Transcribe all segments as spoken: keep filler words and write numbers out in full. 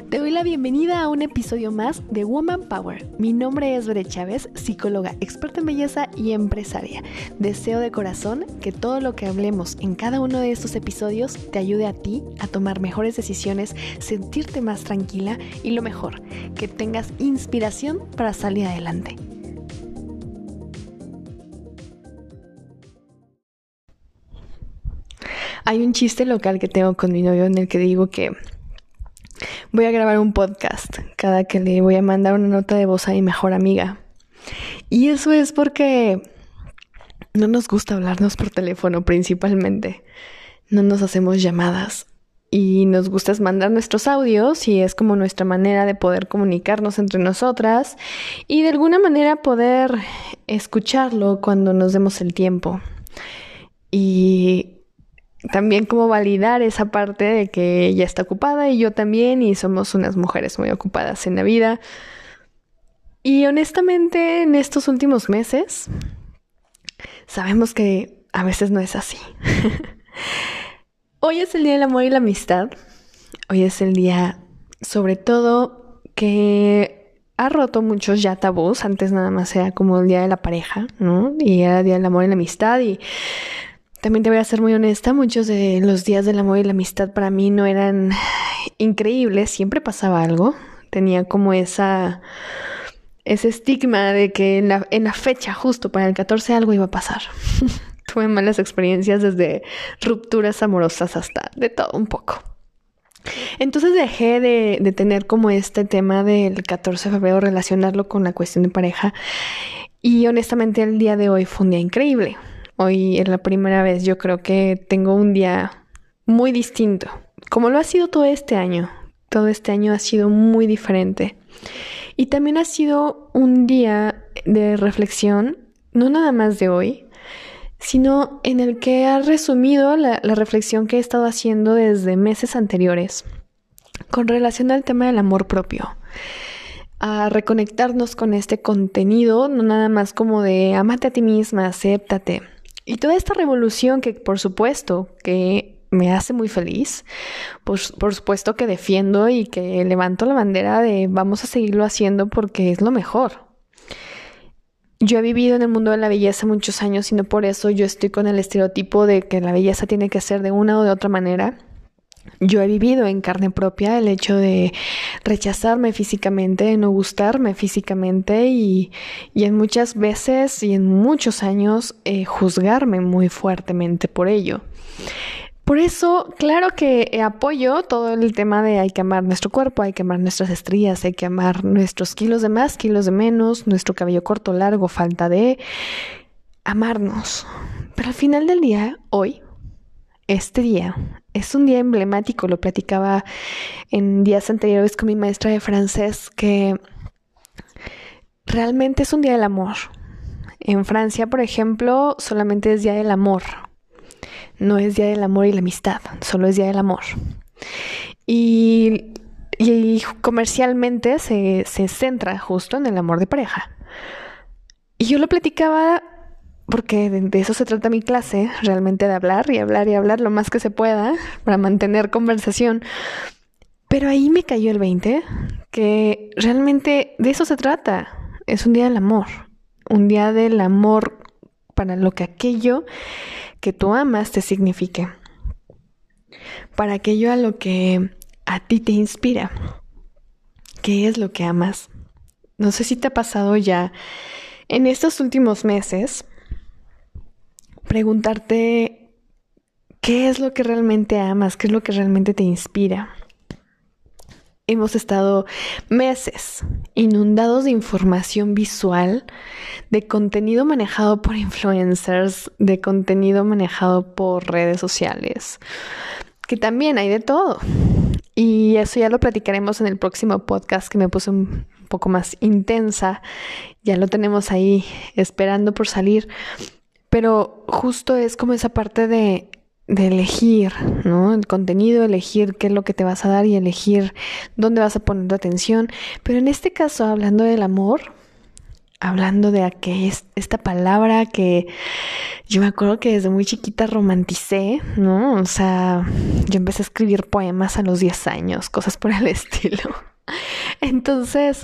Te doy la bienvenida a un episodio más de Woman Power. Mi nombre es Bere Chávez, psicóloga, experta en belleza y empresaria. Deseo de corazón que todo lo que hablemos en cada uno de estos episodios te ayude a ti a tomar mejores decisiones, sentirte más tranquila y lo mejor, que tengas inspiración para salir adelante. Hay un chiste local que tengo con mi novio en el que digo que voy a grabar un podcast cada que le voy a mandar una nota de voz a mi mejor amiga. Y eso es porque no nos gusta hablarnos por teléfono principalmente. No nos hacemos llamadas. Y nos gusta es mandar nuestros audios y es como nuestra manera de poder comunicarnos entre nosotras y de alguna manera poder escucharlo cuando nos demos el tiempo. Y también como validar esa parte de que ella está ocupada y yo también, y somos unas mujeres muy ocupadas en la vida. Y honestamente, en estos últimos meses, sabemos que a veces no es así. Hoy es el Día del Amor y la Amistad. Hoy es el día, sobre todo, que ha roto muchos ya tabús. Antes nada más era como el Día de la Pareja, ¿no? Y era el Día del Amor y la Amistad y también te voy a ser muy honesta, muchos de los días del amor y la amistad para mí no eran increíbles, siempre pasaba algo. Tenía como esa ese estigma de que en la, en la fecha justo para el catorce algo iba a pasar. Tuve malas experiencias desde rupturas amorosas hasta de todo un poco. Entonces dejé de, de tener como este tema del catorce de febrero, relacionarlo con la cuestión de pareja. Y honestamente el día de hoy fue un día increíble. Hoy es la primera vez, yo creo que tengo un día muy distinto, como lo ha sido todo este año. Todo este año ha sido muy diferente. Y también ha sido un día de reflexión, no nada más de hoy, sino en el que ha resumido la, la reflexión que he estado haciendo desde meses anteriores con relación al tema del amor propio. A reconectarnos con este contenido, no nada más como de ámate a ti misma, acéptate. Y toda esta revolución que, por supuesto, que me hace muy feliz, pues, por supuesto que defiendo y que levanto la bandera de vamos a seguirlo haciendo porque es lo mejor. Yo he vivido en el mundo de la belleza muchos años y no por eso yo estoy con el estereotipo de que la belleza tiene que ser de una o de otra manera. Yo he vivido en carne propia el hecho de rechazarme físicamente, de no gustarme físicamente y, y en muchas veces y en muchos años eh, juzgarme muy fuertemente por ello. Por eso, claro que apoyo todo el tema de hay que amar nuestro cuerpo, hay que amar nuestras estrías, hay que amar nuestros kilos de más, kilos de menos, nuestro cabello corto, largo, falta de amarnos. Pero al final del día, hoy, este día, es un día emblemático, lo platicaba en días anteriores con mi maestra de francés, que realmente es un día del amor. En Francia, por ejemplo, solamente es día del amor. No es día del amor y la amistad, solo es día del amor. Y, y comercialmente se, se centra justo en el amor de pareja. Y yo lo platicaba porque de, de eso se trata mi clase, realmente de hablar y hablar y hablar lo más que se pueda para mantener conversación. Pero ahí me cayó el veinte, que realmente de eso se trata. Es un día del amor, un día del amor para lo que aquello que tú amas te signifique, para aquello a lo que a ti te inspira. ¿Qué es lo que amas? No sé si te ha pasado ya en estos últimos meses preguntarte qué es lo que realmente amas, qué es lo que realmente te inspira. Hemos estado meses inundados de información visual, de contenido manejado por influencers, de contenido manejado por redes sociales, que también hay de todo. Y eso ya lo platicaremos en el próximo podcast, que me puse un poco más intensa. Ya lo tenemos ahí esperando por salir. Pero justo es como esa parte de, de elegir, ¿no? El contenido, elegir qué es lo que te vas a dar y elegir dónde vas a poner tu atención. Pero en este caso, hablando del amor, hablando de aquel, esta palabra que yo me acuerdo que desde muy chiquita romanticé, ¿no? O sea, yo empecé a escribir poemas a los diez años, cosas por el estilo. Entonces,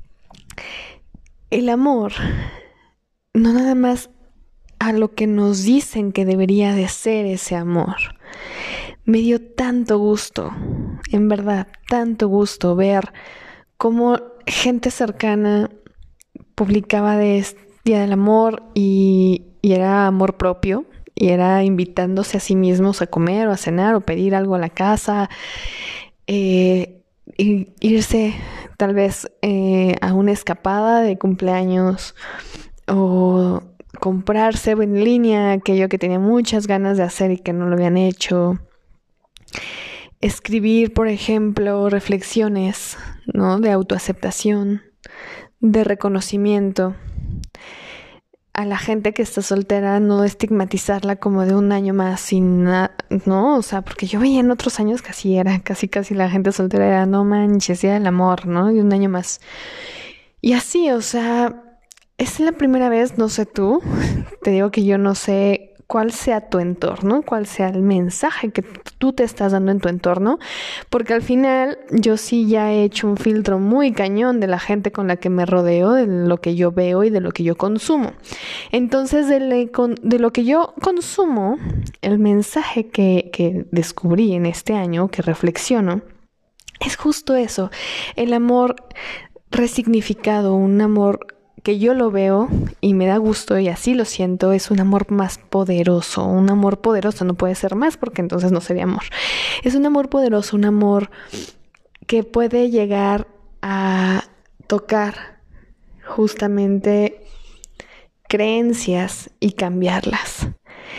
el amor, no nada más a lo que nos dicen que debería de ser ese amor. Me dio tanto gusto, en verdad, tanto gusto ver cómo gente cercana publicaba de este Día del Amor y, y era amor propio, y era invitándose a sí mismos a comer o a cenar o pedir algo a la casa, eh, y irse tal vez eh, a una escapada de cumpleaños o comprarse en línea aquello que tenía muchas ganas de hacer y que no lo habían hecho. Escribir, por ejemplo, reflexiones, ¿no? De autoaceptación, de reconocimiento. A la gente que está soltera, no estigmatizarla como de un año más sin nada, ¿no? O sea, porque yo veía en otros años que así era, casi casi la gente soltera era, no manches, Día del Amor, ¿no? Y un año más. Y así, o sea, es la primera vez, no sé tú, te digo que yo no sé cuál sea tu entorno, cuál sea el mensaje que tú te estás dando en tu entorno, porque al final yo sí ya he hecho un filtro muy cañón de la gente con la que me rodeo, de lo que yo veo y de lo que yo consumo. Entonces, de, le, con, de lo que yo consumo, el mensaje que, que descubrí en este año, que reflexiono, es justo eso, el amor resignificado, un amor que yo lo veo y me da gusto y así lo siento, es un amor más poderoso. Un amor poderoso no puede ser más porque entonces no sería amor. Es un amor poderoso, un amor que puede llegar a tocar justamente creencias y cambiarlas.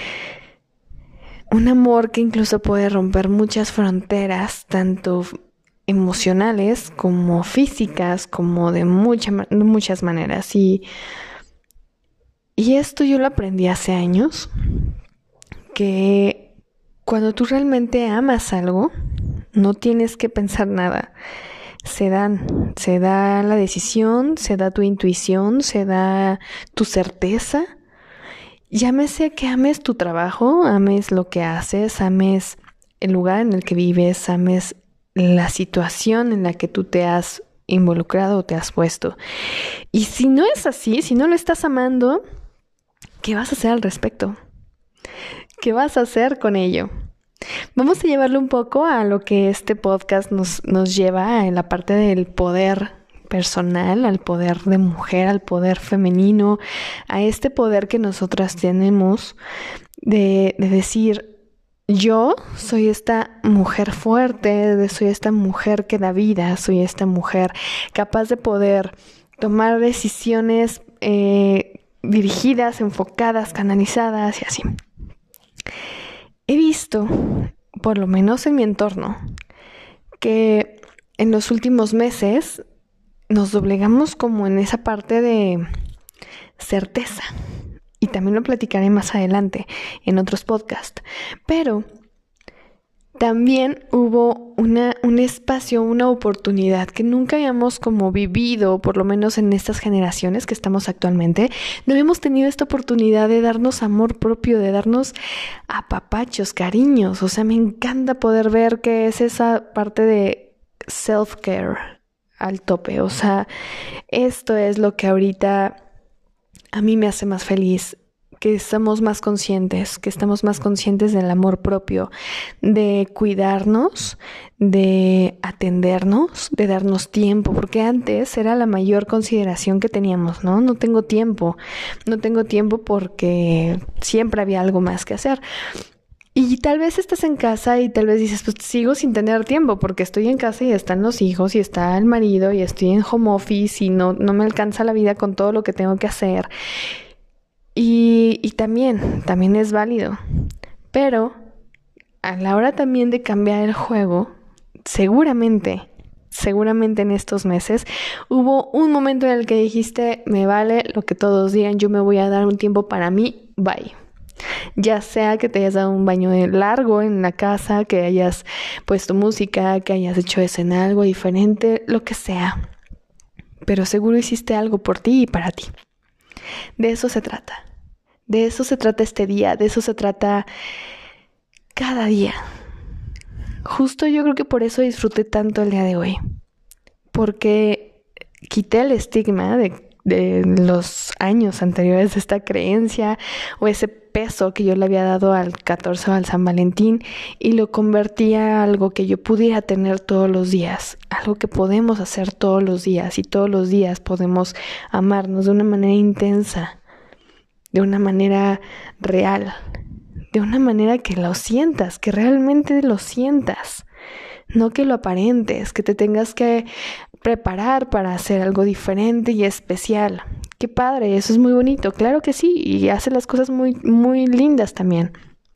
Un amor que incluso puede romper muchas fronteras, tanto emocionales como físicas, como de, mucha, de muchas maneras. Y, y esto yo lo aprendí hace años, que cuando tú realmente amas algo, no tienes que pensar nada. Se dan, se da la decisión, se da tu intuición, se da tu certeza. Llámese que ames tu trabajo, ames lo que haces, ames el lugar en el que vives, ames la situación en la que tú te has involucrado o te has puesto. Y si no es así, si no lo estás amando, ¿qué vas a hacer al respecto? ¿Qué vas a hacer con ello? Vamos a llevarlo un poco a lo que este podcast nos, nos lleva en la parte del poder personal, al poder de mujer, al poder femenino, a este poder que nosotras tenemos de, de decir, yo soy esta mujer fuerte, soy esta mujer que da vida, soy esta mujer capaz de poder tomar decisiones eh, dirigidas, enfocadas, canalizadas y así. He visto, por lo menos en mi entorno, que en los últimos meses nos doblegamos como en esa parte de certeza. Y también lo platicaré más adelante en otros podcasts. Pero también hubo una, un espacio, una oportunidad que nunca habíamos como vivido, por lo menos en estas generaciones que estamos actualmente. No habíamos tenido esta oportunidad de darnos amor propio, de darnos apapachos, cariños. O sea, me encanta poder ver que es esa parte de self-care al tope. O sea, esto es lo que ahorita a mí me hace más feliz, que estamos más conscientes, que estamos más conscientes del amor propio, de cuidarnos, de atendernos, de darnos tiempo, porque antes era la mayor consideración que teníamos, ¿no? No tengo tiempo, no tengo tiempo porque siempre había algo más que hacer. Y tal vez estás en casa y tal vez dices, pues sigo sin tener tiempo porque estoy en casa y están los hijos y está el marido y estoy en home office y no, no me alcanza la vida con todo lo que tengo que hacer. Y, y también, también es válido. Pero a la hora también de cambiar el juego, seguramente, seguramente en estos meses, hubo un momento en el que dijiste, me vale lo que todos digan, yo me voy a dar un tiempo para mí, bye. Ya sea que te hayas dado un baño largo en la casa, que hayas puesto música, que hayas hecho eso en algo diferente, lo que sea. pero seguro hiciste algo por ti y para ti. De eso se trata. De eso se trata este día, de eso se trata cada día. Justo yo creo que por eso disfruté tanto el día de hoy. Porque quité el estigma de, de los años anteriores de esta creencia o ese peso que yo le había dado al catorce o al San Valentín y lo convertí a algo que yo pudiera tener todos los días, algo que podemos hacer todos los días y todos los días podemos amarnos de una manera intensa, de una manera real, de una manera que lo sientas, que realmente lo sientas, no que lo aparentes, que te tengas que preparar para hacer algo diferente y especial. Qué padre, eso es muy bonito, claro que sí, y hace las cosas muy, muy lindas también.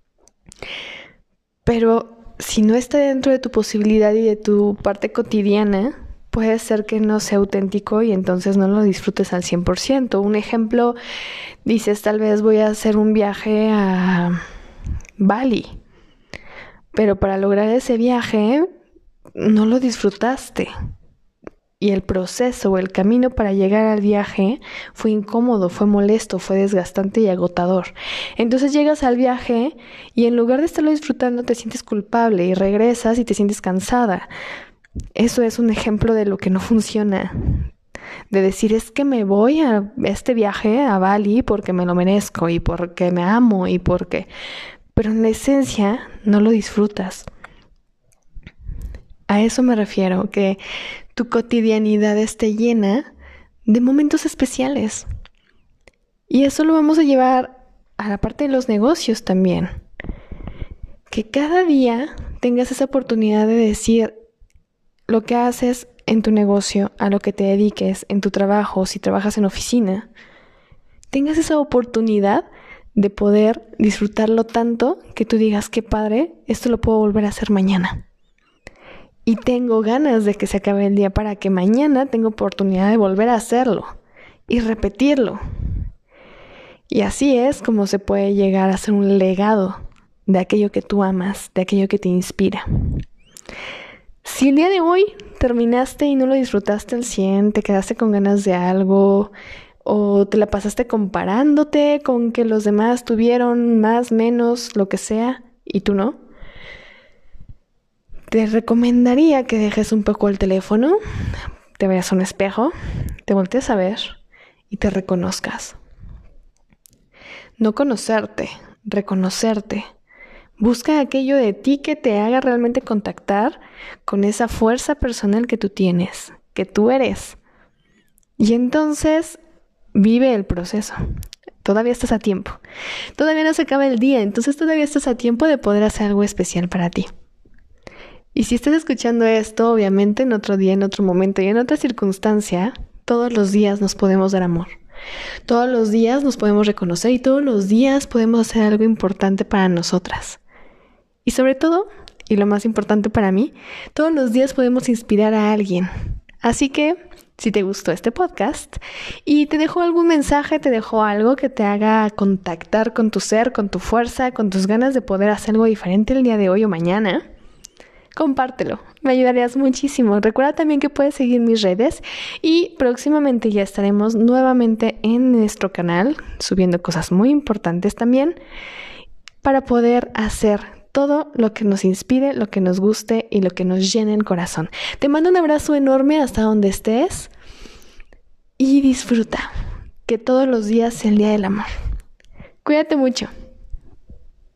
Pero si no está dentro de tu posibilidad y de tu parte cotidiana, puede ser que no sea auténtico y entonces no lo disfrutes al cien por ciento. Un ejemplo, dices, tal vez voy a hacer un viaje a Bali, pero para lograr ese viaje no lo disfrutaste. Y el proceso o el camino para llegar al viaje fue incómodo, fue molesto, fue desgastante y agotador. Entonces llegas al viaje y en lugar de estarlo disfrutando te sientes culpable y regresas y te sientes cansada. Eso es un ejemplo de lo que no funciona. De decir, es que me voy a este viaje a Bali porque me lo merezco y porque me amo y porque... Pero en la esencia no lo disfrutas. A eso me refiero, que tu cotidianidad esté llena de momentos especiales. Y eso lo vamos a llevar a la parte de los negocios también. Que cada día tengas esa oportunidad de decir lo que haces en tu negocio, a lo que te dediques, en tu trabajo, si trabajas en oficina, tengas esa oportunidad de poder disfrutarlo tanto que tú digas, qué padre, esto lo puedo volver a hacer mañana. Y tengo ganas de que se acabe el día para que mañana tenga oportunidad de volver a hacerlo y repetirlo. Y así es como se puede llegar a ser un legado de aquello que tú amas, de aquello que te inspira. Si el día de hoy terminaste y no lo disfrutaste al cien, te quedaste con ganas de algo o te la pasaste comparándote con que los demás tuvieron más, menos, lo que sea, y tú no, te recomendaría que dejes un poco el teléfono, te veas a un espejo, te voltees a ver y te reconozcas. No conocerte, reconocerte. Busca aquello de ti que te haga realmente contactar con esa fuerza personal que tú tienes, que tú eres. Y entonces vive el proceso. Todavía estás a tiempo. Todavía no se acaba el día, entonces todavía estás a tiempo de poder hacer algo especial para ti. Y si estás escuchando esto, obviamente en otro día, en otro momento y en otra circunstancia, todos los días nos podemos dar amor. Todos los días nos podemos reconocer y todos los días podemos hacer algo importante para nosotras. Y sobre todo, y lo más importante para mí, todos los días podemos inspirar a alguien. Así que, si te gustó este podcast y te dejó algún mensaje, te dejó algo que te haga contactar con tu ser, con tu fuerza, con tus ganas de poder hacer algo diferente el día de hoy o mañana, compártelo, me ayudarías muchísimo. Recuerda también que puedes seguir mis redes y próximamente ya estaremos nuevamente en nuestro canal subiendo cosas muy importantes también para poder hacer todo lo que nos inspire, lo que nos guste y lo que nos llene el corazón. Te mando un abrazo enorme hasta donde estés y disfruta que todos los días sea el día del amor. Cuídate mucho.